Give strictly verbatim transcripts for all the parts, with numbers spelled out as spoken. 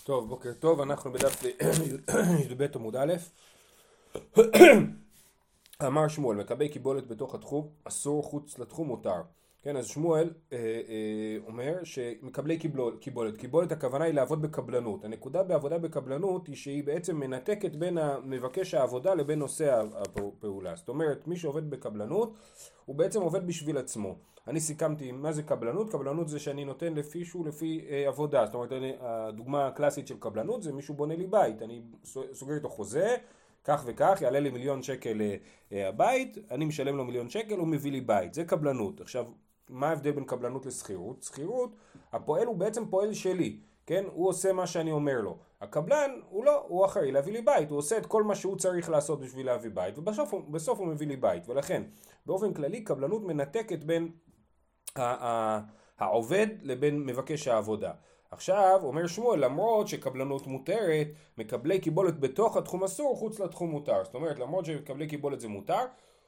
טוב, בוקר טוב, אנחנו בדף י"ב עמוד א'. אמר שמואל, מקבל קיבולת בתוך התחום, אסור, חוץ לתחום מותר. כן, אז שמואל אה, אה, אומר שמקבלי קיבול, קיבולת, קיבולת הכוונה היא לעבוד בקבלנות. הנקודה בעבודה בקבלנות היא שהיא בעצם מנתקת בין מבקש העבודה לבין נושא הפעולה. זאת אומרת, מי שעובד בקבלנות הוא בעצם עובד בשביל עצמו. אני סיכמתי מה זה קבלנות. קבלנות זה שאני נותן לפי שהוא לפי אה, עבודה. זאת אומרת, הדוגמה הקלאסית של קבלנות זה מישהו בונה לי בית. אני סוגר איתו חוזה, כך וכך, יעלה לי מיליון שקל אה, הבית, אני משלם לו מיליון שקל, הוא מביא לי בית. זה קבלנות. עכשיו, מה ההבדל בין קבלנות לסחירות? סחירות, הפועל הוא בעצם פועל שלי, כן? הוא עושה מה שאני אומר לו. הקבלן הוא לא, הוא אחראי להביא לי בית, הוא עושה את כל מה שהוא צריך לעשות בשביל להביא בית, ובסוף הוא, בסוף הוא מביא לי בית. ולכן, באופן כללי, קבלנות מנתקת בין העובד לבין מבקש העבודה. עכשיו, אומר שמואל, למרות שקבלנות מותרת, מקבלי קיבולת בתוך התחום אסור, חוץ לתחום מותר. זאת אומרת, למרות שמקבלי קיבולת זה מותר,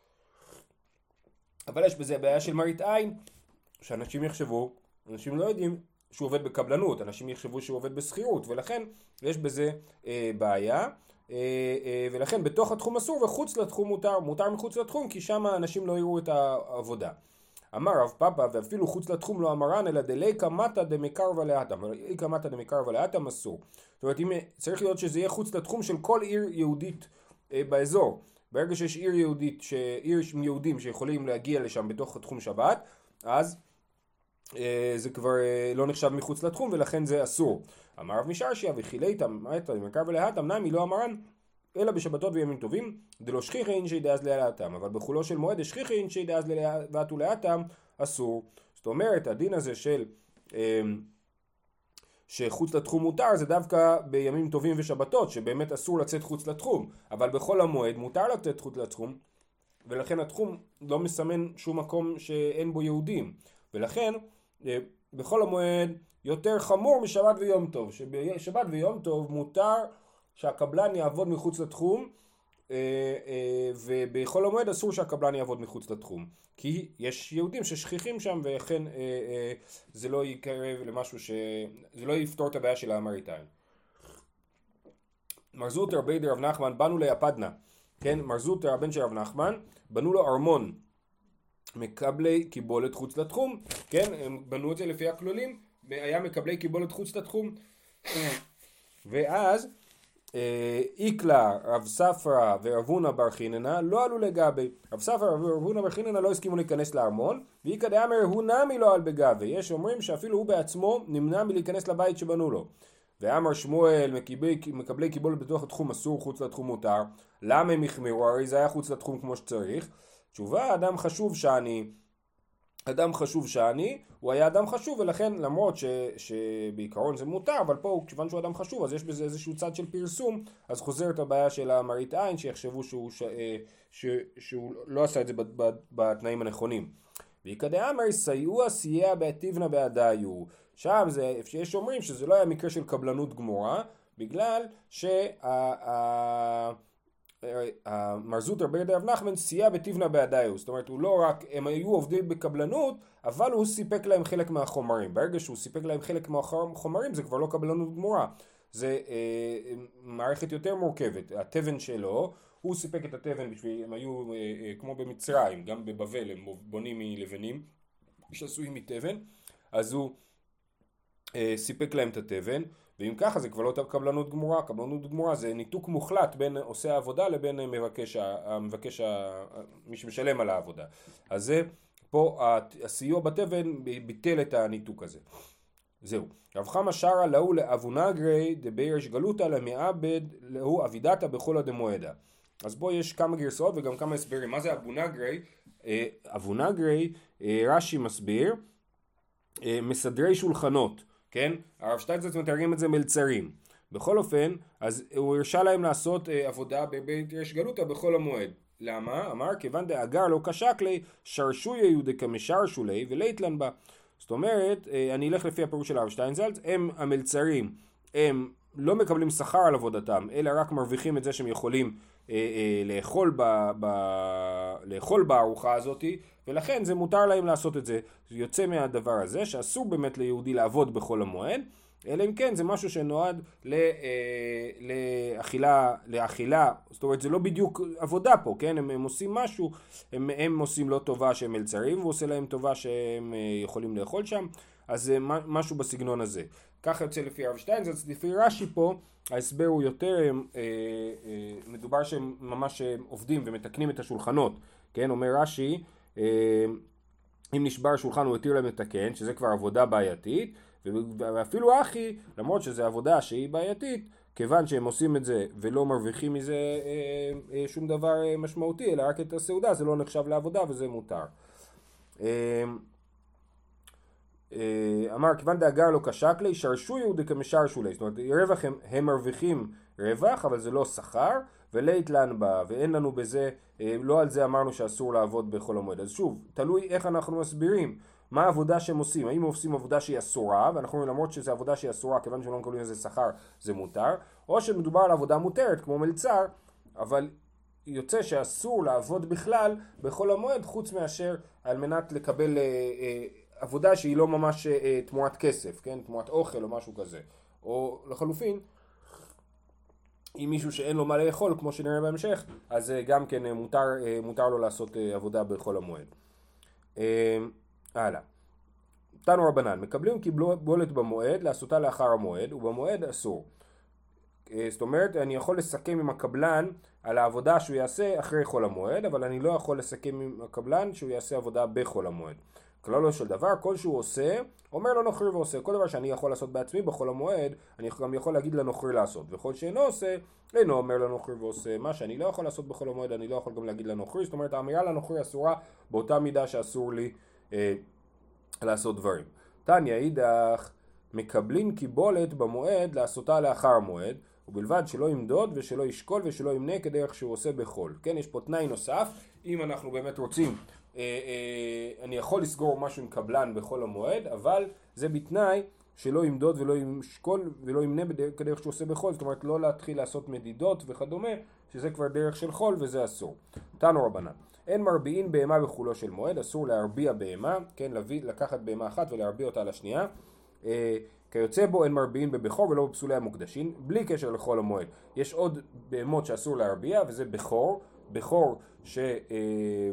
אבל יש בזה בעיה של מראית עין, שאנשים יחשבו, אנשים לא יודעים שהוא עובד בקבלנות, אנשים יחשבו שהוא עובד בסחירות, ולכן יש בזה אה, בעיה, אה, אה, ולכן בתוך התחום אסור וחוץ לתחום מותר, מותר מחוץ לתחום, כי שם אנשים לא יראו את העבודה. אמר רב פאפא, ואפילו חוץ לתחום לא אמרן, אלא דליקא מטא דמקרבא לאטם, דליקא מטא דמקרבא לאטם אסור. זאת אומרת, אם צריך להיות שזה יהיה חוץ לתחום של כל עיר יהודית אה, באזור. ברגע שיש עיר יהודית, עיר יהודים שיכולים להגיע לשם בתוך תחום שבת, אז אה, זה כבר אה, לא נחשב מחוץ לתחום, ולכן זה אסור. אמר רב משרשיה, וכילייתם, דמקרבא לאטם, נמי לא אמרן, אלא בשבתות וימים טובים, דלא שכיחי אינשי דאז לאטם, אבל בחולו של מועד שכיחי אינשי דאז ואתו לאטם אסור. זאת אומרת, הדין הזה של אה, שחוץ לתחום מותר זה דווקא בימים טובים ושבתות, שבאמת אסור לצאת חוץ לתחום, אבל בכל המועד מותר לצאת חוץ לתחום, ולכן התחום לא מסמן שום מקום שאין בו יהודים, ולכן אה, בכל המועד יותר חמור משבת ויום טוב, שבשבת ויום טוב מותר שהקבלן יעבוד מחוץ לתחום, ובכל המועד אסור שהקבלן יעבוד מחוץ לתחום, כי יש יהודים ששכיחים שם, וכן זה לא יקרב למשהו ש... זה לא יפתור את הבעיה של המראית עין. מר זוטרא בן רב נחמן בנו ליפדנה, כן, מר זוטרא הבן של רב נחמן, בנו לו ארמון מקבלי קיבולת חוץ לתחום, כן, הם בנו את זה לפי הכללים, היה מקבלי קיבולת חוץ לתחום, ואז איקלה, רב ספרא ורב הונא בר חיננה לא עלו לגבי. רב ספרא ורב הונא בר חיננה לא הסכימו להיכנס לארמון, ואיקא דאמר הוא נמי לא על בגבי. יש אומרים שאפילו הוא בעצמו נמנע מלהיכנס לבית שבנו לו. ואמר שמואל, מקבלי, מקבלי קיבולת בתוך התחום אסור, חוץ לתחום מותר. למה הם החמירו? הרי זה היה חוץ לתחום כמו שצריך. תשובה, אדם חשוב שאני אדם חשוב שאני, הוא היה אדם חשוב, ולכן למרות ש, שבעיקרון זה מותר, אבל פה כיוון שהוא אדם חשוב, אז יש בזה איזשהו צד של פרסום, אז חוזר את הבעיה של המראית עין, שיחשבו שהוא, ש, ש, שהוא לא עשה את זה בתנאים הנכונים. ואיכא דאמר סייעו סייע בהטיבנא בעדיו, שם זה, יש אומרים שזה לא היה מקרה של קבלנות גמורה, בגלל שה... מר זוטרא בן רב נחמן סייע בטיבנא בעדיו, זאת אומרת הוא לא רק, הם היו עובדים בקבלנות, אבל הוא סיפק להם חלק מהחומרים. ברגע שהוא סיפק להם חלק מהחומרים זה כבר לא קבלנות גמורה, זה אה, מערכת יותר מורכבת. התבן שלו, הוא סיפק את התבן בשביל, הם היו אה, אה, כמו במצרים, גם בבבל הם בונים מלבנים שעשויים מתבן, אז הוא אה, סיפק להם את התבן, ואם ככה זה כבר לא קבלנות גמורה. קבלנות גמורה זה ניתוק מוחלט בין עושה העבודה לבין מבקש, המבקש, מי שמשלם על העבודה. אז זה, פה הסיוע בתבן ביטל את הניתוק הזה. זהו. רב חמא שרא לאו לאבונגרי דבירש גלותא למעבד לאו אבידתא בכל הדמועדה. אז בו יש כמה גרסאות וגם כמה הסברים. מה זה אבונגרי? אבונגרי, רש"י מסביר, מסדרי שולחנות. כן? הרב שטיינזלץ מתרגם את זה מלצרים. בכל אופן, אז הוא הרשה להם לעשות אה, עבודה בבית ריש גלותא בכל המועד. למה? אמר, כיוון דאגר לא קשק לי, שרשו יהודה כמשרשו לי ולהתלן בה. זאת אומרת, אה, אני אלך לפי הפירוש של הרב שטיינזלץ, הם המלצרים, הם לא מקבלים שכר על עבודתם, אלא רק מרוויחים את זה שהם יכולים אה, אה, לאכול, ב, ב, לאכול בארוחה הזאת, ולכן זה מותר להם לעשות את זה. זה יוצא מהדבר הזה שאסור באמת ליהודי לעבוד בכל המועד, אלא אם כן זה משהו שנועד לאכילה, לאכילה, זאת אומרת זה לא בדיוק עבודה פה, כן? הם, הם עושים משהו, הם, הם עושים לא טובה שהם מלצרים, והוא עושה להם טובה שהם יכולים לאכול שם, אז זה משהו בסגנון הזה. ככה יוצא לפי הרב שטיינזלץ, אז לפי רש"י פה, ההסבר הוא יותר, אה, אה, מדובר שהם ממש עובדים ומתקנים את השולחנות, כן? אומר רש"י, אה, אם נשבר שולחן הוא התיר להם לתקן, שזה כבר עבודה בעייתית, ואפילו אחי, למרות שזו עבודה שהיא בעייתית, כיוון שהם עושים את זה ולא מרוויחים מזה אה, אה, שום דבר אה, משמעותי, אלא רק את הסעודה, זה לא נחשב לעבודה וזה מותר. אה, אמר כיוון דאגר לא קשק לי, שרשו יהודי כמשרשו לי, זאת אומרת רווח הם, הם מרוויחים רווח אבל זה לא שכר, ולית לן בה, ואין לנו בזה, לא על זה אמרנו שאסור לעבוד בכל המועד. אז שוב, תלוי איך אנחנו מסבירים מה העבודה שהם עושים, האם הם עושים עבודה שהיא אסורה, ואנחנו אומרים למרות שזו עבודה שהיא אסורה, כיוון שלא מקבלים לזה שכר זה מותר, או שמדובר על עבודה מותרת כמו מלצר, אבל יוצא שאסור לעבוד בכלל בכל המועד חוץ מאשר על מנת לקבל אה, אה, עבודה שהיא לא ממש אה, תמורת כסף, כן? תמורת אוכל או משהו כזה. או לחלופין, אם מישהו שאין לו מה לאכול, כמו שנראה בהמשך, אז אה, גם כן אה, מותר, אה, מותר לו לעשות אה, עבודה בכל המועד. אה, הלאה. תנו רבנן, מקבלים קיבולת במועד, לעשותה לאחר המועד, ובמועד אסור. אה, זאת אומרת, אני יכול לסכם עם הקבלן על העבודה שהוא יעשה אחרי חול המועד, אבל אני לא יכול לסכם עם הקבלן שהוא יעשה עבודה בחול המועד. כללו של דבר, כל שהוא עושה, אומר לנוכרי ועושה. כל דבר שאני יכול לעשות בעצמי בחול המועד, אני גם יכול להגיד לנוכרי לעשות. וכל שאינו עושה, אינו אומר לנוכרי ועושה. מה שאני לא יכול לעשות בחול המועד, אני לא יכול גם להגיד לנוכרי. זאת אומרת, האמירה לנוכרי אסורה באותה מידה שאסור לי אה, לעשות דברים. תניא אידך, מקבלים קיבולת במועד לעשותה לאחר המועד, ובלבד שלא ימדוד ושלא ישקול ושלא ימנה כדרך שהוא עושה בחול. כן, יש פה תנאי נוסף, אם אנחנו באמת רוצים, אה, אה, אני יכול לסגור משהו עם קבלן בחול המועד, אבל זה בתנאי שלא ימדוד ולא ישקול ולא ימנה כדרך שהוא עושה בחול, זאת אומרת לא להתחיל לעשות מדידות וכדומה, שזה כבר דרך של חול וזה אסור. תנו רבנן, אין מרביעין בהמה בחולו של מועד, אסור להרביע בהמה, כן, להביא, לקחת בהמה אחת ולהרביע אותה לשנייה, אה, כיוצא בו אין מרביעין בבכור ולא בפסולי המוקדשים, בלי קשר לחול המועד. יש עוד בהמות שאסור להרביע, וזה בכור, בכור ש... אה,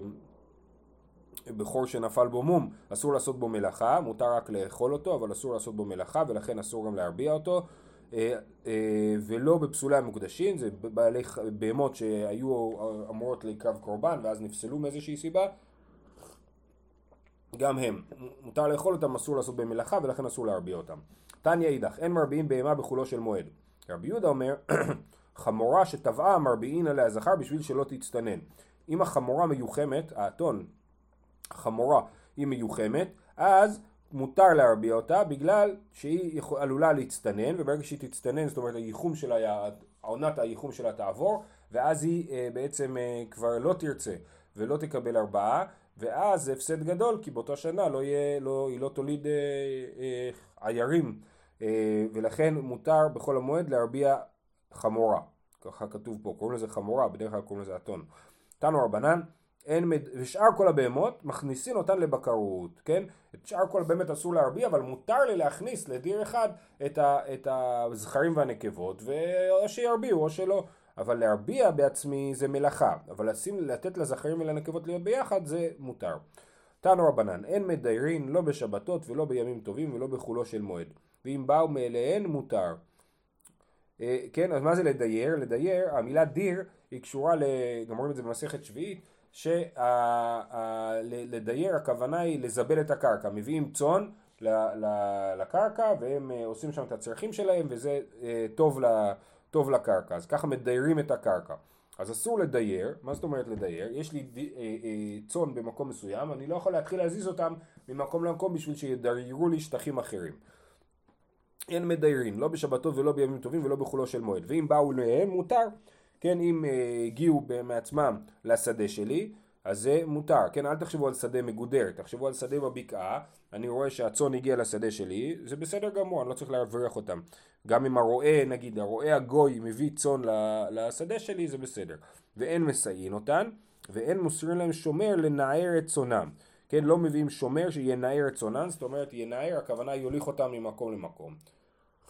בכור שנפל בו מום, אסור לעשות בו מלאכה, מותר רק לאכול אותו, אבל אסור לעשות בו מלאכה, ולכן אסור גם להרביע אותו, אה, אה, ולא בפסולי המוקדשים, זה בעלי בהמות שהיו אמורות להקרב קורבן, ואז נפסלו מאיזושהי סיבה, גם הם, מותר לאכול אותם, אסור לעשות במלאכה, ולכן אסור להרביע אותם. תניא אידך, אין מרביעים בהמה בחולו של מועד. רבי יהודה אומר, חמורה שטבעה מרביעין עליה זכר בשביל שלא תצטנן. אם החמורה מיוחמת, האתון, החמורה היא מיוחמת, אז מותר להרביע אותה בגלל שהיא עלולה להצטנן, וברגע שהיא תצטנן, זאת אומרת הייחום שלה, עונת הייחום שלה תעבור, ואז היא אה, בעצם אה, כבר לא תרצה ולא תקבל ארבעה, ואז זה הפסד גדול, כי באותה שנה לא יהיה, לא, היא לא תוליד אה, אה, עיירים, אה, ולכן מותר בכל המועד להרביע חמורה. ככה כתוב פה, קוראים לזה חמורה, בדרך כלל קוראים לזה אתון. תנו רבנן, אין מד... ושאר כל הבהמות מכניסים אותן לבקרות, כן? את שאר כל הבהמות אסור להרביע, אבל מותר לי להכניס לדיר אחד את, ה... את הזכרים והנקבות, או שירביעו או שלא. אבל להרביע בעצמי זה מלאכה, אבל לשים, לתת לזכרים ולנקבות להיות ביחד זה מותר. תנו רבנן, אין מדיירין לא בשבתות ולא בימים טובים ולא בחולו של מועד, ואם באו מאליהן מותר. אה, כן, אז מה זה לדייר? לדייר, המילה דיר היא קשורה, גם רואים את זה במסכת שביעית, שלדייר הכוונה היא לזבל את הקרקע, מביאים צאן לקרקע והם עושים שם את הצרכים שלהם וזה טוב, טוב לקרקע, אז ככה מדיירים את הקרקע. אז אסור לדייר. מה זאת אומרת לדייר? יש לי צאן במקום מסוים, אני לא יכול להתחיל להזיז אותם ממקום למקום בשביל שידיירו לי שטחים אחרים. אין מדיירין, לא בשבתות ולא בימים טובים ולא בחולו של מועד, ואם באו להם מותר. כן, אם uh, הגיעו מעצמם לשדה שלי, אז זה מותר. כן, אל תחשבו על שדה מגודר, תחשבו על שדה בבקעה, אני רואה שהצאן הגיע לשדה שלי, זה בסדר גמור, אני לא צריך להבריח אותם. גם אם הרועה, נגיד, הרועה הגוי מביא צאן לשדה שלי, זה בסדר. ואין מסעין אותן, ואין מוסרים להם שומר לנער את צאנם. כן, לא מביאים שומר שינער את צאנם, זאת אומרת, ינער, הכוונה יוליך אותם ממקום למקום.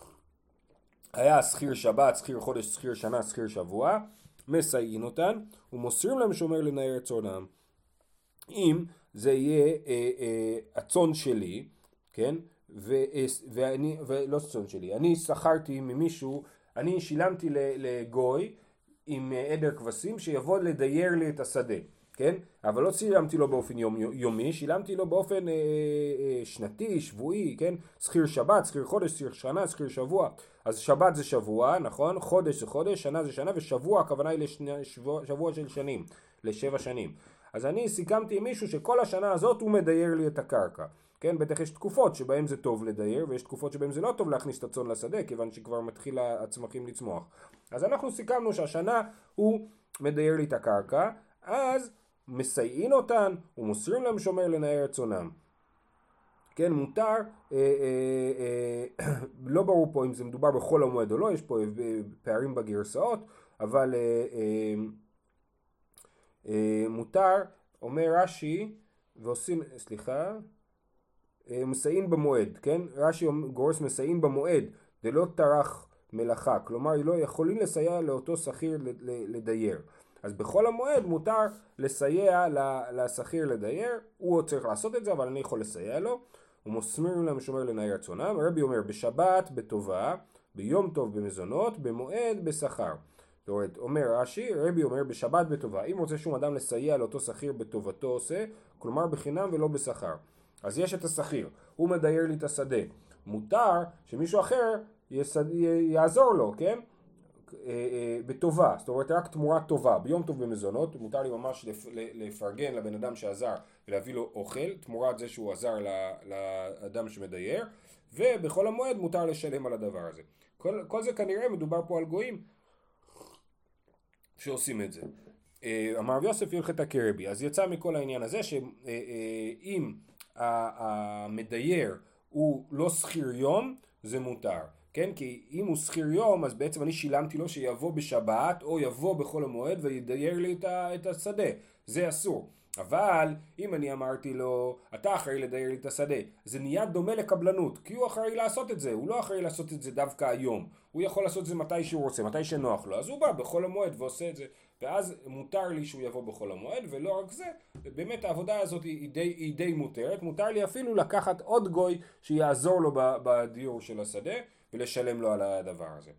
היה שכיר שבת, שכיר חודש, שכיר שנה, שכיר שבוע, מסייעין אותן, ומוסרים להם שומר לנער את צונם. אם זה יהיה אה, אה, הצון שלי, כן, ו, אה, ואני, ולא צון שלי, אני שכרתי ממישהו, אני שילמתי לגוי עם עדר כבשים שיבוא לדייר לי את השדה, כן, אבל לא שילמתי לו באופן יום, יומי, שילמתי לו באופן אה, אה, שנתי, שבועי, כן, שכיר שבת, שכיר חודש, שכיר שנה, שכיר שבוע. אז שבת זה שבוע, נכון? חודש זה חודש, שנה זה שנה, ושבוע הכוונה היא לשבוע של שנים, לשבע שנים. אז אני סיכמתי עם מישהו שכל השנה הזאת הוא מדייר לי את הקרקע. כן, בטח יש תקופות שבהם זה טוב לדייר, ויש תקופות שבהם זה לא טוב להכניס את הצאן לשדה, כיוון שכבר מתחיל הצמחים לצמוח. אז אנחנו סיכמנו שהשנה הוא מדייר לי את הקרקע, אז מסייעין אותן ומוסרים להם שומר לנער את צאנם. כן, מותר, אה, אה, אה, לא ברור פה אם זה מדובר בכל המועד או לא, יש פה פערים בגרסאות, אבל אה, אה, אה, מותר, אומר רש"י, ועושים, סליחה, אה, מסייעין במועד, כן? רש"י גורס מסייעין במועד, זה לא טרח מלאכה, כלומר לא יכולים לסייע לאותו שכיר לדייר. אז בכל המועד מותר לסייע לשכיר לדייר, הוא צריך לעשות את זה, אבל אני יכול לסייע לו. ומוסרים להם שומר לנער את צאנם. הרבי אומר בשבת בטובה, ביום טוב במזונות, במועד בשכר. זאת אומרת, אומר רש"י, הרבי אומר בשבת בטובה. אם רוצה שום אדם לסייע לאותו שכיר בטובתו עושה, כלומר בחינם ולא בשכר. אז יש את השכיר, הוא מדייר לי את השדה. מותר שמישהו אחר יסד... יעזור לו, כן? בטובה, זאת אומרת רק תמורה טובה, ביום טוב במזונות, מותר לי ממש לפרגן לבן אדם שעזר ולהביא לו אוכל, תמורת זה שהוא עזר לאדם שמדייר, ובכל המועד מותר לשלם על הדבר הזה. כל, כל זה כנראה מדובר פה על גויים שעושים את זה. אמר רב יוסף הלכת הקרבי, אז יצא מכל העניין הזה שאם המדייר הוא לא שכיר יום, זה מותר. כן, כי אם הוא שכיר יום, אז בעצם אני שילמתי לו שיבוא בשבת, או יבוא בכל המועד וידייר לי את השדה. זה אסור. אבל אם אני אמרתי לו, אתה אחראי לדייר לי את השדה, זה נהיה דומה לקבלנות, כי הוא אחראי לעשות את זה, הוא לא אחראי לעשות את זה דווקא היום. הוא יכול לעשות את זה מתי שהוא רוצה, מתי שנוח לו, אז הוא בא בכל המועד ועושה את זה. ואז מותר לי שהוא יבוא בכל המועד, ולא רק זה, באמת העבודה הזאת היא די, היא די מותרת. מותר לי אפילו לקחת עוד גוי שיעזור לו בדיור של השדה, ולשלם לו על הדבר הזה.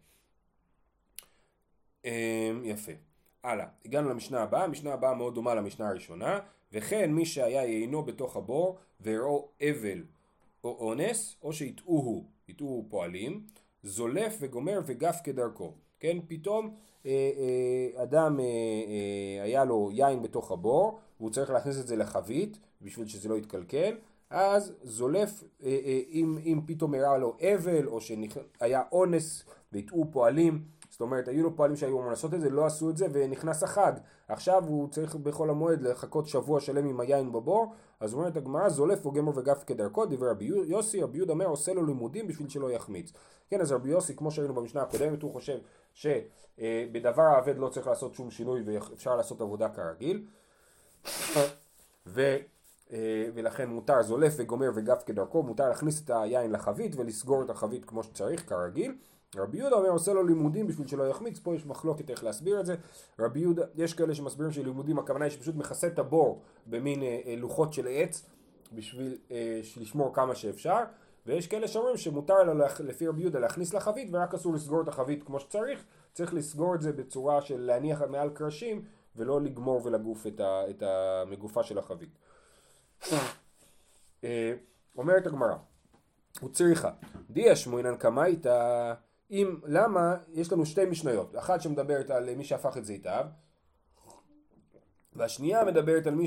יפה. הלאה, הגענו למשנה הבאה, המשנה הבאה מאוד דומה למשנה הראשונה, וכן מי שהיה יינו בתוך הבור והראו אבל או אונס, או שהטעוהו, הטעוהו פועלים, זולף וגומר וגף כדרכו. כן, פתאום אה, אה, אדם אה, אה, היה לו יין בתוך הבור, והוא צריך להכניס את זה לחבית, בשביל שזה לא יתקלקל, אז זולף, אה, אה, אם, אם פתאום הראה לו אבל, או שהיה אונס והטעו פועלים, זאת אומרת, היו לו פועלים שהיו אמורים לעשות את זה, לא עשו את זה, ונכנס החג. עכשיו הוא צריך בכל המועד לחכות שבוע שלם עם היין בבור, אז אומרת הגמרא, זולף וגמר וגף כדרכו, דברי רבי יוסי, רבי יהודה אומר, עושה לו לימודים בשביל שלא יחמיץ. כן, אז רבי יוסי, כמו שראינו במשנה הקודמת, הוא חושב שבדבר העבד לא צריך לעשות שום שינוי, ואפשר לעשות עבודה כרגיל, ו... ולכן מותר זולף וגומר וגף כדרכו, מותר להכניס את היין לחבית ולסגור את החבית כמו שצריך כרגיל. רבי יהודה אומר עושה לו לימודים בשביל שלא יחמיץ, פה יש מחלוקת איך להסביר את זה. רבי יהודה, יש כאלה שמסבירים שלימודים הכוונה היא שפשוט מכסה את הבור במין אה, לוחות של עץ בשביל אה, לשמור כמה שאפשר, ויש כאלה שאומרים שמותר לו לפי רבי יהודה להכניס לחבית ורק אסור לסגור את החבית כמו שצריך, צריך לסגור את זה בצורה של להניח מעל קרשים ולא לגמור ולגוף את, ה, את המגופה של החבית. אה, אומרת הגמרא, הוא צריכה, דיה שמואינן קמייתא, אם, למה, יש לנו שתי משניות, אחת שמדברת על מי שהפך את זיתיו, והשנייה מדברת על מי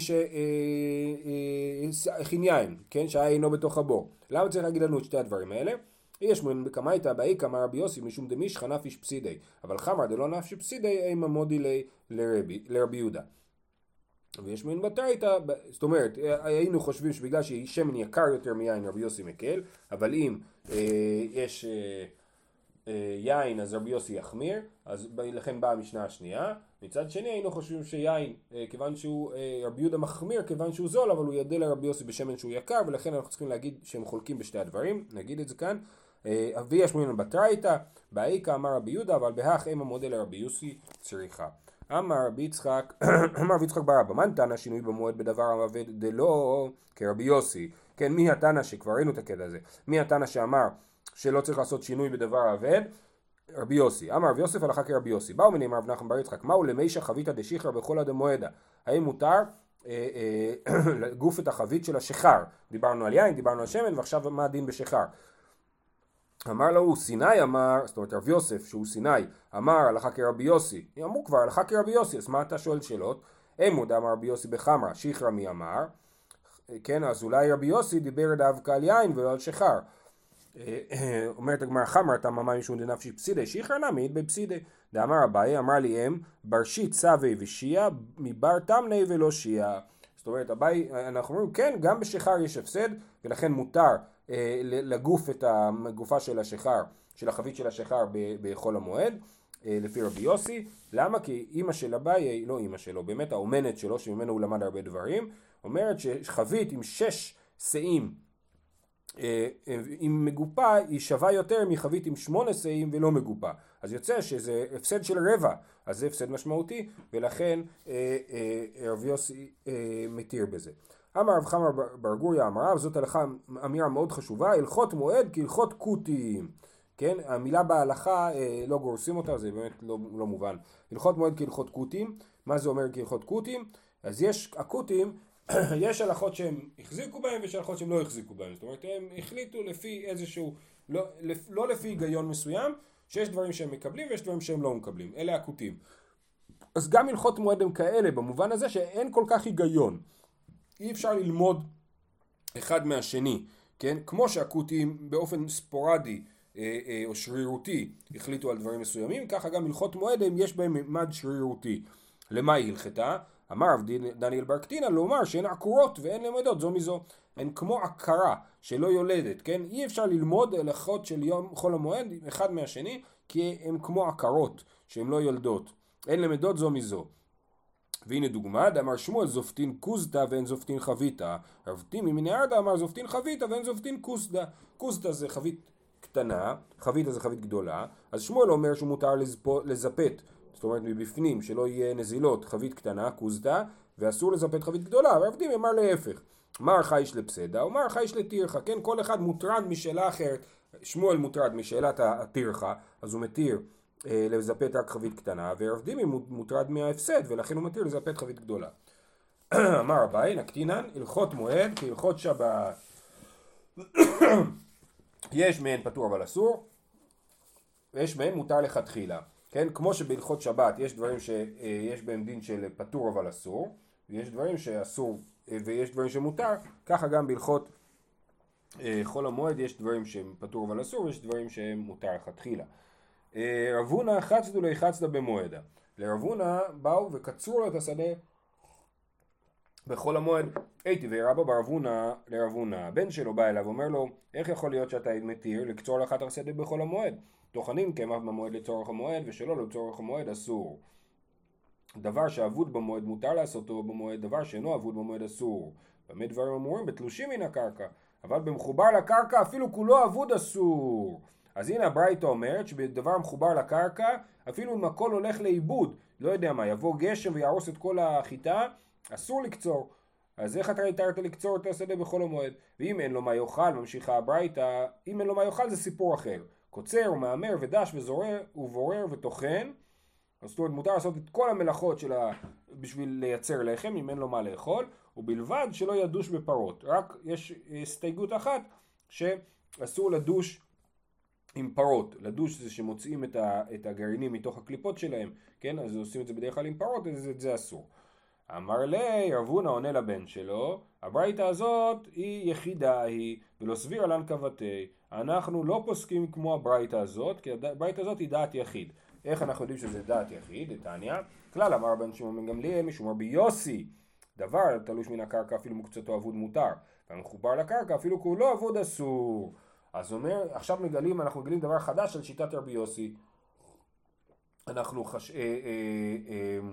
שהכין יין, כן, שהיה אינו בתוך הבור. למה צריך להגיד לנו את שתי הדברים האלה? יש שמואינן קמייתא, באי קמא רבי יוסי, משום דמישחא נפש פסידי, אבל חמר דלא נפש פסידי, אימה מודי לרבי יהודה. ויש מין בתרייתא, זאת אומרת, היינו חושבים שבגלל ששמן יקר יותר מיין רבי יוסי מקל, אבל אם אה, יש אה, אה, יין אז רבי יוסי יחמיר, אז לכן באה המשנה השנייה. מצד שני היינו חושבים שיין, אה, כיוון שהוא, אה, רבי יהודה מחמיר כיוון שהוא זול, אבל הוא ידע לרבי יוסי בשמן שהוא יקר, ולכן אנחנו צריכים להגיד שהם חולקים בשתי הדברים, נגיד את זה כאן. אבי השמואלין בתרייתא, באיכא אמר רבי יהודה, אבל בהך אם המודל לרבי יוסי צריכה. אמר רבי יצחק, אמר רבי יצחק בר אבא, מן תנא שינוי במועד בדבר המעבד דלא כרבי יוסי? כן, מי התנא שכבר ראינו את הקטע הזה? מי התנא שאמר שלא צריך לעשות שינוי בדבר העבד? רבי יוסי. אמר רבי יוסף הלכה כרבי יוסי. באו מנים רב נחמן בר יצחק, מהו למישא חביתא דשיחרא בכל הדמועדא? האם מותר לגוף את החבית של השחר? דיברנו על יין, דיברנו על שמן, ועכשיו מה הדין בשחר? אמר לו סיני, אמר, זאת אומרת רבי יוסף שהוא סיני, אמר הלכה כרבי יוסי. אמרו כבר הלכה כרבי יוסי, אז מה אתה שואל שאלות? אמוד אמר רבי יוסי בחמרא, שיחרא מי אמר? כן, אז אולי רבי יוסי דיבר דווקא על יין ולא על שחר. אומרת הגמרא חמרא תמא מים משום דנפשי פסידי, שיחרא נמי בפסידי. דאמר אביי, אמר לי אם, ברשית סבי ושיעה מבר תמני ולא שיעה. זאת אומרת, אביי, אנחנו אומרים, כן, גם בשחר יש הפסד, ולכן מותר אה, לגוף את הגופה של השחר, של החבית של השחר בחול המועד, אה, לפי רבי יוסי. למה? כי אמא של אביי, לא אמא שלו, באמת האומנת שלו, שממנו הוא למד הרבה דברים, אומרת שחבית עם שש שאים, עם מגופה היא שווה יותר מחבית עם שמונה שאים ולא מגופה, אז יוצא שזה הפסד של רבע, אז זה הפסד משמעותי, ולכן אה, אה, רבי יוסי אה, מתיר בזה. אמר רב חמר בר גוריא אמרה, וזאת הלכה אמירה מאוד חשובה, הלכות מועד כהלכות קוטים. כן, המילה בהלכה אה, לא גורסים אותה, זה באמת לא, לא מובן. הלכות מועד כהלכות קוטים, מה זה אומר כהלכות קוטים? אז יש הקוטים, יש הלכות שהם החזיקו בהם ויש הלכות שהם לא החזיקו בהם, זאת אומרת הם החליטו לפי איזשהו, לא, לא לפי היגיון מסוים, שיש דברים שהם מקבלים ויש דברים שהם לא מקבלים, אלה הקוטים. אז גם הלכות מועד הם כאלה במובן הזה שאין כל כך היגיון, אי אפשר ללמוד אחד מהשני, כן? כמו שהקוטים באופן ספורדי אה, אה, או שרירותי החליטו על דברים מסוימים, ככה גם הלכות מועד הם יש בהם ממד שרירותי. למה היא הלכתה? אמר רב דניאל בר קטינא לומר שהן עקורות ואין למדות זו מזו, הן כמו עקרה שלא יולדת, כן? אי אפשר ללמוד הלכות של יום חול המועד אחד מהשני כי הן כמו עקרות שהן לא יולדות, אין למדות זו מזו. והנה דוגמה, אמר שמואל זופטין קוזתא ואין זופטין חביתא, רב טימי מנהרדא אמר זופטין חביתא ואין זופטין קוזתא. קוזתא זה חבית קטנה, חביתא זה חבית גדולה, אז שמואל אומר שהוא מותר לזפת, זאת אומרת מבפנים שלא יהיה נזילות, חבית קטנה, קוזתא, ואסור לזפת חבית גדולה, רב טימי אמר להפך, מר חייש לפסדה ומר חייש לטירחה, כן, כל אחד מוטרד משאלה אחרת, שמואל מוטרד משאלת הטירחה, אז הוא מתיר אה, לזפת רק חבית קטנה, ורב טימי מוטרד מההפסד, ולכן הוא מתיר לזפת חבית גדולה. אמר אביי, נקטינן, הלכות מועד כהלכות שבת. יש מהן פטור אבל אסור, ויש מהן מותר לכתחילה. כן, כמו שבהלכות שבת יש דברים שיש בהם דין של פטור אבל אסור, ויש דברים שאסור ויש דברים שמותר, ככה גם בהלכות חול המועד יש דברים שהם פטור אבל אסור, ויש דברים שהם מותר לכתחילה. רב הונא חצדו לי חצדה במועדה. לרב הונא באו וקצרו לו את השדה בחול המועד. הייתי ורבא ברב הונא לרב הונא, הבן שלו בא אליו ואומר לו, איך יכול להיות שאתה מתיר לקצור לך את השדה בחול המועד? טוחנים קמח במועד לצורך המועד ושלא לצורך המועד אסור. דבר שאבוד במועד מותר לעשותו במועד, דבר שאינו אבוד במועד אסור. באמת דברים אמורים בתלושים מן הקרקע, אבל במחובר לקרקע אפילו כולו אבוד אסור. אז הנה הברייתא אומרת שבדבר מחובר לקרקע אפילו אם הכל הולך לאיבוד, לא יודע מה, יבוא גשם ויהרוס את כל החיטה, אסור לקצור. אז איך אתה התרת לקצור את השדה בחול המועד? ואם אין לו מה יאכל, ממשיכה הברייתא, אם אין לו מה יאכל זה סיפור אחר. קוצר ומאמר ודש וזורר ובורר וטוחן, זאת אומרת מותר לעשות את כל המלאכות שלה בשביל לייצר לחם אם אין לו מה לאכול, ובלבד שלא ידוש בפרות. רק יש הסתייגות אחת שאסור לדוש עם פרות. לדוש זה שמוצאים את, ה, את הגרעינים מתוך הקליפות שלהם, כן? אז עושים את זה בדרך כלל עם פרות, אז את זה אסור. אמר לי, רב הונא עונה לבן שלו, הברייתא הזאת היא יחידה היא, ולא סביר לן כבתי. אנחנו לא פוסקים כמו הברייתא הזאת, כי הברייתא הזאת היא דעת יחיד. איך אנחנו יודעים שזה דעת יחיד? תניא, כלל אמר בן שמעון בן גמליאל, משום רבי יוסי, דבר תלוש מן הקרקע אפילו מוקצתו אבוד מותר, והמחובר לקרקע אפילו כולו אבוד אסור. אז אומר, עכשיו מגלים, אנחנו מגלים דבר חדש על שיטת רבי יוסי. אנחנו חש... אה, אה, אה,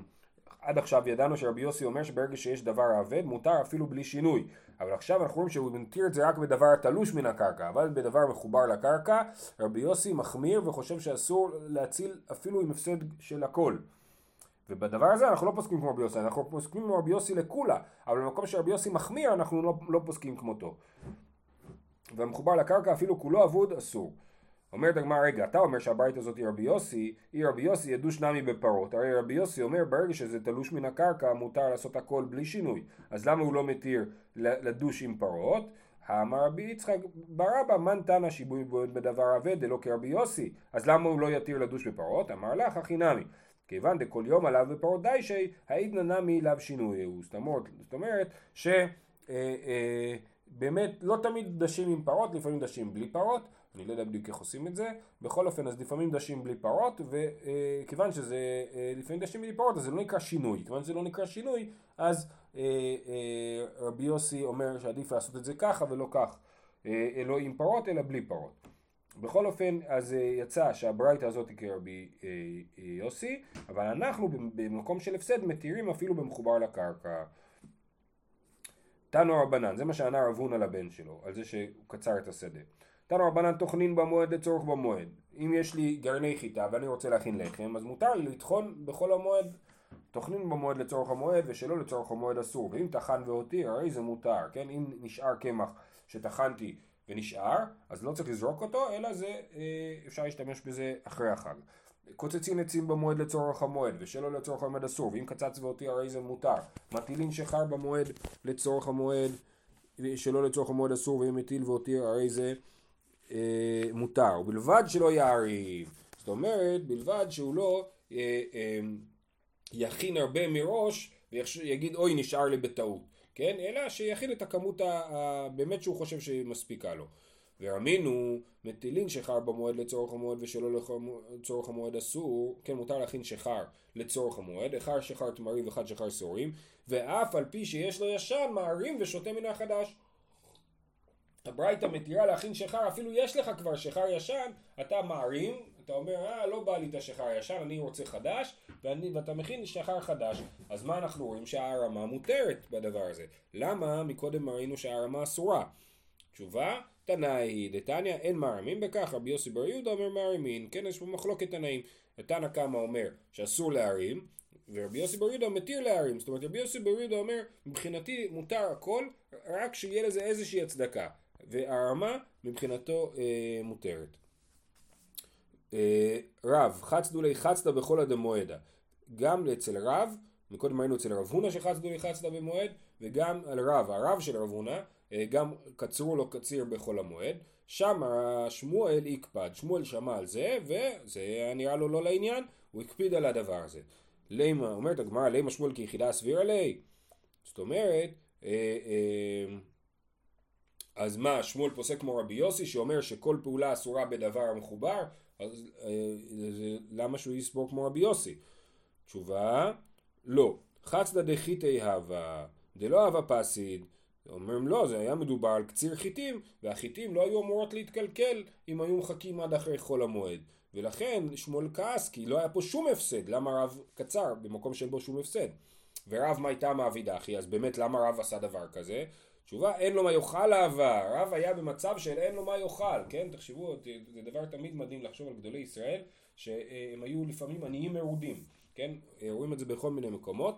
עד עכשיו ידענו שרבי יוסי אומר שברגע שיש דבר אבד מותר אפילו בלי שינוי, אבל עכשיו אנחנו רואים שהוא מתיר את זה רק בדבר התלוש מן הקרקע, אבל בדבר מחובר לקרקע רבי יוסי מחמיר וחושב שאסור להציל אפילו עם הפסד של הכל. ובדבר הזה אנחנו לא פוסקים כמו רבי יוסי, אנחנו פוסקים כמו רבי יוסי לכולה, אבל במקום שרבי יוסי מחמיר אנחנו לא, לא פוסקים כמותו. והמחובר לקרקע אפילו כולו אבוד אסור. אומרת הגמרא, רגע, אתה אומר שהברייתא הזאת היא רבי יוסי, היא רבי יוסי ידוש נמי בפרות. הרי רבי יוסי אומר ברגע שזה תלוש מן הקרקע מותר לעשות הכל בלי שינוי. אז למה הוא לא מתיר לדוש עם פרות? אמר רבי יצחק בר אבא מן תנא שיבוי בדבר אבד דלא כרבי יוסי. אז למה הוא לא יתיר לדוש בפרות? אמר לך הכי נמי. כיוון דכל יום עליו בפרות דיישי, העידנא נמי לאו שינוי. זאת אומרת ש... באמת לא תמיד דשים עם פרות, לפעמים דשים בלי פרות, אני לא יודע בדיוק איך עושים את זה, בכל אופן אז לפעמים דשים בלי פרות, וכיוון שזה לפעמים דשים בלי פרות אז זה לא נקרא שינוי, כיוון שזה לא נקרא שינוי אז רבי יוסי אומר שעדיף לעשות את זה ככה ולא כך, לא עם פרות אלא בלי פרות. בכל אופן אז יצא שהברייתא הזאת היא כרבי יוסי, אבל אנחנו במקום של הפסד מתירים אפילו במחובר לקרקע. תנו רבנן, זה מה שענה רב הונא לבן שלו, על זה שהוא קצר את השדה. תנו רבנן תוכנין במועד לצורך במועד. אם יש לי גרעיני חיטה ואני רוצה להכין לחם, אז מותר לי לטחון בכל המועד. תוכנין במועד לצורך המועד ושלא לצורך המועד אסור. ואם טחן והותיר, הרי זה מותר, כן? אם נשאר קמח שטחנתי ונשאר, אז לא צריך לזרוק אותו, אלא זה, אפשר להשתמש בזה אחרי החג. קוצצין עצים במועד לצורך המועד ושלא לצורך המועד אסור, ואם קצץ והותיר הרי זה מותר. מטילין שחר במועד לצורך המועד שלא לצורך המועד אסור, ואם מטיל והותיר הרי זה אה, מותר, ובלבד שלא יעריב. זאת אומרת בלבד שהוא לא אה, אה, יכין הרבה מראש ויגיד אוי נשאר לי בטעות, כן? אלא שיכין את הכמות באמת שהוא חושב שמספיקה לו. ורמינו מטילין שחר במועד לצורך המועד ושלא לצורך המועד אסור, כן מותר להכין שחר לצורך המועד, אחד שחר תמרים ואחד שחר סורים, ואף על פי שיש לו ישן מערים ושותה מן החדש. הברייתא מתירה להכין שחר, אפילו יש לך כבר שחר ישן, אתה מערים, אתה אומר אה לא בא לי את השחר הישן, אני רוצה חדש, ואני, ואתה מכין שחר חדש. אז מה אנחנו רואים? שההרמה מותרת בדבר הזה. למה? מקודם ראינו שההרמה אסורה. תשובה, תנאי דתניא אין מערמים בכך, רבי יוסי בר יהודה אומר מערמין, כן יש פה מחלוקת תנאים. תנא קמא אומר שאסור להרים, ורבי יוסי בר יהודה מתיר להרים. זאת אומרת רבי יוסי בר יהודה אומר מבחינתי מותר הכל, רק שיהיה לזה איזושהי הצדקה, והרמה מבחינתו אה, מותרת. אה, רב, חצדו לי חצדה בכל הדמועדה, גם אצל רב, מקודם ראינו אצל רב הונא שחצדו לי חצדה במועד, וגם על רב, הרב של רב הונא, גם קצרו לו קציר בכל המועד. שם שמואל יקפד, שמואל שמע על זה וזה נראה לו לא לעניין, הוא הקפיד על הדבר הזה. לימה, אומרת הגמרא, לימה שמואל כיחידה סבירה לי. זאת אומרת אה, אה, אז מה, שמואל פוסק כמו רבי יוסי שאומר שכל פעולה אסורה בדבר המחובר, אז אה, זה, למה שהוא יסבור כמו רבי יוסי? תשובה, לא. חצדא דחיתי הווה דלא הווה פסיד. אומרים לא, זה היה מדובר על קציר חיטים, והחיטים לא היו אמורות להתקלקל אם היו מחכים עד אחרי חול המועד. ולכן שמואל כעס, כי לא היה פה שום הפסד. למה רב קצר במקום שאין בו שום הפסד? ורב מה הייתה מעבידה אחי? אז באמת למה רב עשה דבר כזה? תשובה, אין לו מה יאכל אהבה. רב היה במצב של אין לו מה יאכל, כן? תחשבו, זה דבר תמיד מדהים לחשוב על גדולי ישראל, שהם היו לפעמים עניים מרודים, כן? רואים את זה בכל מיני מקומות.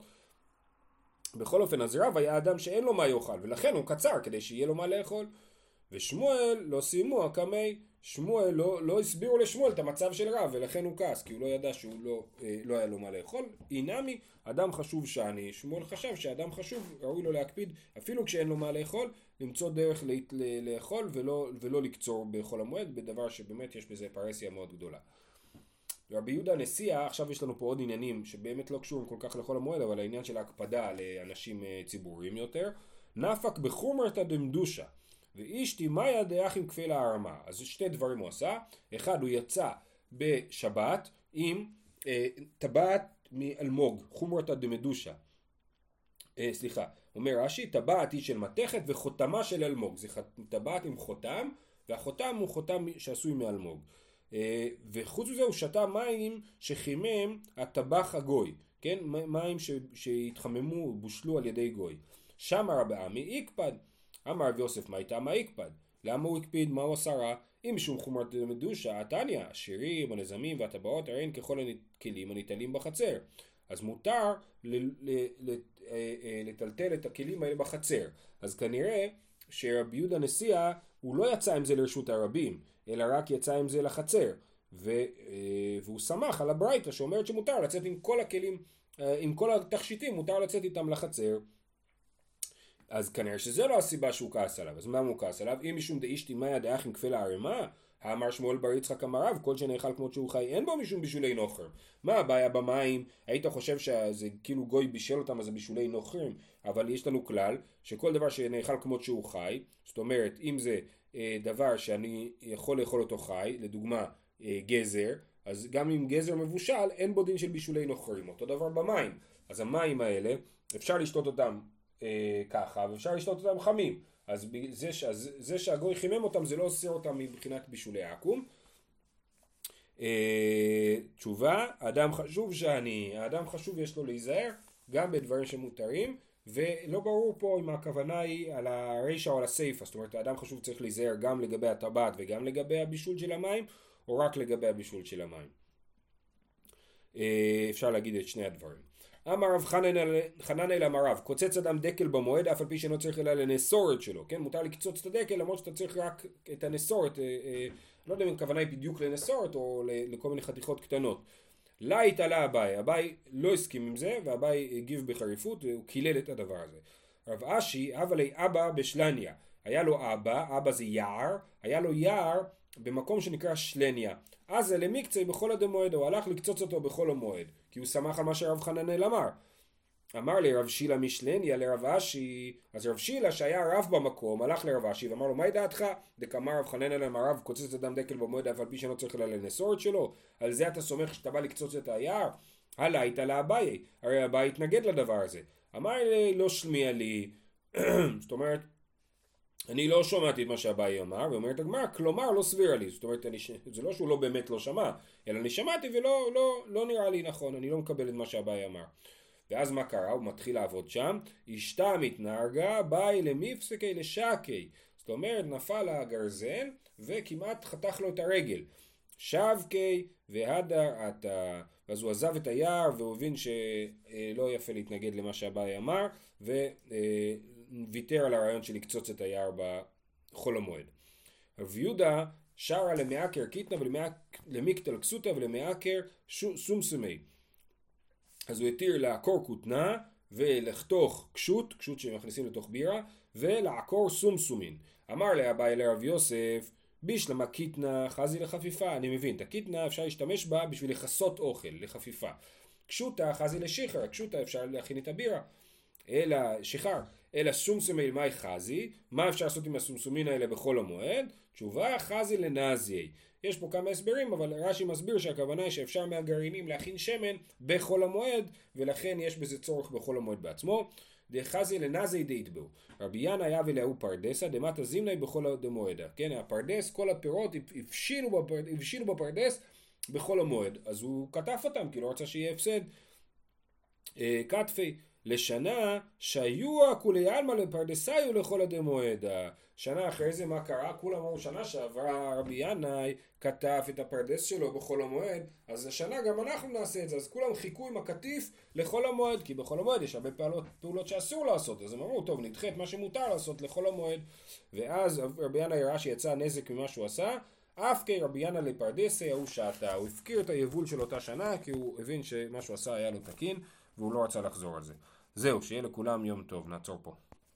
בכל אופן, אז רב היה אדם שאין לו מה יאכל, ולכן הוא קצר כדי שיהיה לו מה לאכול. ושמואל לא סיימו הקמי, שמואל לא, לא הסבירו לשמואל את המצב של רב, ולכן הוא כעס, כי הוא לא ידע שהוא לא, אה, לא היה לו מה לאכול. אינמי, אדם חשוב שאני, שמואל חשב שאדם חשוב, ראוי לו להקפיד, אפילו כשאין לו מה לאכול, למצוא דרך לה, לה, לאכול ולא, ולא לקצור בחול המועד, בדבר שבאמת יש בזה פרסיה מאוד גדולה. רבי יהודה נשיא, עכשיו יש לנו פה עוד עניינים שבאמת לא קשורים כל כך לכל המועד, אבל העניין של ההקפדה לאנשים ציבוריים יותר. נפק בחומרתא דמדושה, ואישתי מאיה דאחים כפי להרמה. אז שתי דברים הוא עשה. אחד, הוא יצא בשבת עם אה, טבעת מאלמוג, חומרתא דמדושה. אה, סליחה, אומר רש"י, טבעת היא של מתכת וחותמה של אלמוג. זה טבעת עם חותם, והחותם הוא חותם שעשוי מאלמוג. וחוץ מזה הוא שתה מים שחימם הטבח הגוי, כן, מים ש, שהתחממו, בושלו על ידי גוי. שמה רבי עמי יקפד, אמר רב יוסף מה איתה מה יקפד? למה הוא הקפיד? מה הוא עשה רע? אם שום חומרת מדושה, התניא, השירים, הנזמים והטבעות, הרי הן ככל הכלים הניטלים בחצר. אז מותר ל, ל, ל, לטלטל את הכלים האלה בחצר. אז כנראה שרבי יהודה נשיאה הוא לא יצא עם זה לרשות הרבים, אלא רק יצא עם זה לחצר. ו, והוא שמח על הברייתא שאומרת שמותר לצאת עם כל הכלים, עם כל התכשיטים, מותר לצאת איתם לחצר. אז כנראה שזה לא הסיבה שהוא כעס עליו. אז מה הוא כעס עליו? אם משום דאישתי מאיה דאח עם כפל הערימה, האמר שמואל בר יצחק אמר רב, כל שנאכל כמות שהוא חי, אין בו משום בישולי נוכר. מה הבעיה במים? היית חושב שזה כאילו גוי בישל אותם, אז זה בישולי נוכרים, אבל יש לנו כלל, שכל דבר שנאכל כמות שהוא חי, זאת אומרת, אם זה אה, דבר שאני יכול לאכול אותו חי, לדוגמה אה, גזר, אז גם אם גזר מבושל, אין בו דין של בישולי נוכרים. אותו דבר במים. אז המים האלה, אפשר לשתות אותם אה, ככה, ואפשר לשתות אותם חמים. אז זה, אז זה שהגוי חימם אותם, זה לא אוסר אותם מבחינת בישולי עכו"ם. אה, תשובה, האדם חשוב שאני, האדם חשוב יש לו להיזהר, גם בדברים שמותרים, ולא ברור פה אם הכוונה היא על הרשע או על הסייפה, זאת אומרת, האדם חשוב צריך להיזהר גם לגבי הטבעת וגם לגבי הבישול של המים, או רק לגבי הבישול של המים. אה, אפשר להגיד את שני הדברים. אמר רב חננאל אמר רב, קוצץ אדם דקל במועד אף על פי שאינו צריך אלא לנסורת שלו, כן? מותר לקצוץ את הדקל למרות שאתה צריך רק את הנסורת, אה, אה, לא יודע אם הכוונה היא בדיוק לנסורת או לכל מיני חתיכות קטנות. לה התעלה אביי, אביי לא הסכים עם זה ואביי הגיב בחריפות והוא קילל את הדבר הזה. רב אשי, אבא לי אבא בשלניה, היה לו אבא, אבא זה יער, היה לו יער במקום שנקרא שלניה. אז זה למקצה בכל הדמועד, הוא הלך לקצוץ אותו בכל המועד, כי הוא שמח על מה שרב חננאל אמר. אמר לי רב שילה משלניה לרב אשי, אז רב שילה שהיה רב במקום, הלך לרב אשי ואמר לו, מה דעתך? דקאמר רב חננאל אמר רב, קוצץ אדם דקל במועד אף על פי שאינו צריך אלא לנסורת שלו, על זה אתה סומך שאתה בא לקצוץ את היער? הלאה הייתה לאביי, הרי אביי התנגד לדבר הזה. אמר לי, לא שמיע לי, זאת אומרת, אני לא שמעתי את מה שאביי אמר, ואומרת הגמרא, כלומר לא סבירה לי, זאת אומרת, אני, זה לא שהוא לא באמת לא שמע, אלא אני שמעתי ולא לא, לא נראה לי נכון, אני לא מקבל את מה שאביי אמר. ואז מה קרה? הוא מתחיל לעבוד שם, אשתה מתנהגה, באי למפסקי לשקי, זאת אומרת, נפל הגרזן, וכמעט חתך לו את הרגל. שבקי והדר עתה, אז הוא עזב את היער, והוא הבין שלא יפה להתנגד למה שאביי אמר, ו... ויתר על הרעיון של לקצוץ את היער בחול המועד. רב יהודה שרה למעקר קיטנה ולמקטל כסותה ולמעקר סומסומי. אז הוא התיר לעקור כותנה ולחתוך קשות, קשות שמכניסים לתוך בירה, ולעקור סומסומין. אמר לאביי לרב יוסף, בישלמה קיטנה חזי לחפיפה. אני מבין, את הקיטנה אפשר להשתמש בה בשביל לחסות אוכל, לחפיפה. קשותה חזי לשיחר, קשותה אפשר להכין את הבירה. אלא שיחר, אלא סומסומי למאי חזי, מה אפשר לעשות עם הסומסומין האלה בכל המועד? תשובה, חזי לנזיי. יש פה כמה הסברים, אבל רש"י מסביר שהכוונה היא שאפשר מהגרעינים להכין שמן בכל המועד, ולכן יש בזה צורך בכל המועד בעצמו. דחזי לנזיי דאיתבו. רבי ינא היה ולאו פרדסה, דמטה זימני בכל המועדה. כן, הפרדס, כל הפירות הבשילו בפרדס, הבשילו בפרדס בכל המועד. אז הוא כתב אותם, כי לא רצה שיהיה הפסד. כתפי. לשנה שהיו כולי עלמא לפרדסיו לכל הדמועד. שנה אחרי זה מה קרה? כולם אמרו שנה שעברה רבי ינאי כתב את הפרדס שלו בכל המועד, אז השנה גם אנחנו נעשה את זה. אז כולם חיכו עם הקטיף לכל המועד, כי בכל המועד יש הרבה פעולות, פעולות שאסור לעשות, אז הם אמרו טוב נדחה את מה שמותר לעשות לכל המועד. ואז רבי ינאי ראה שיצא נזק ממה שהוא עשה, אף כי רבי ינאי לפרדסי הוא שעתה, הוא הפקיר את היבול של אותה שנה כי הוא הבין שמה שהוא עשה היה לו תקין והוא לא רצה לחזור על זה. זהו, שיהיה לכולם יום טוב, נעצור פה.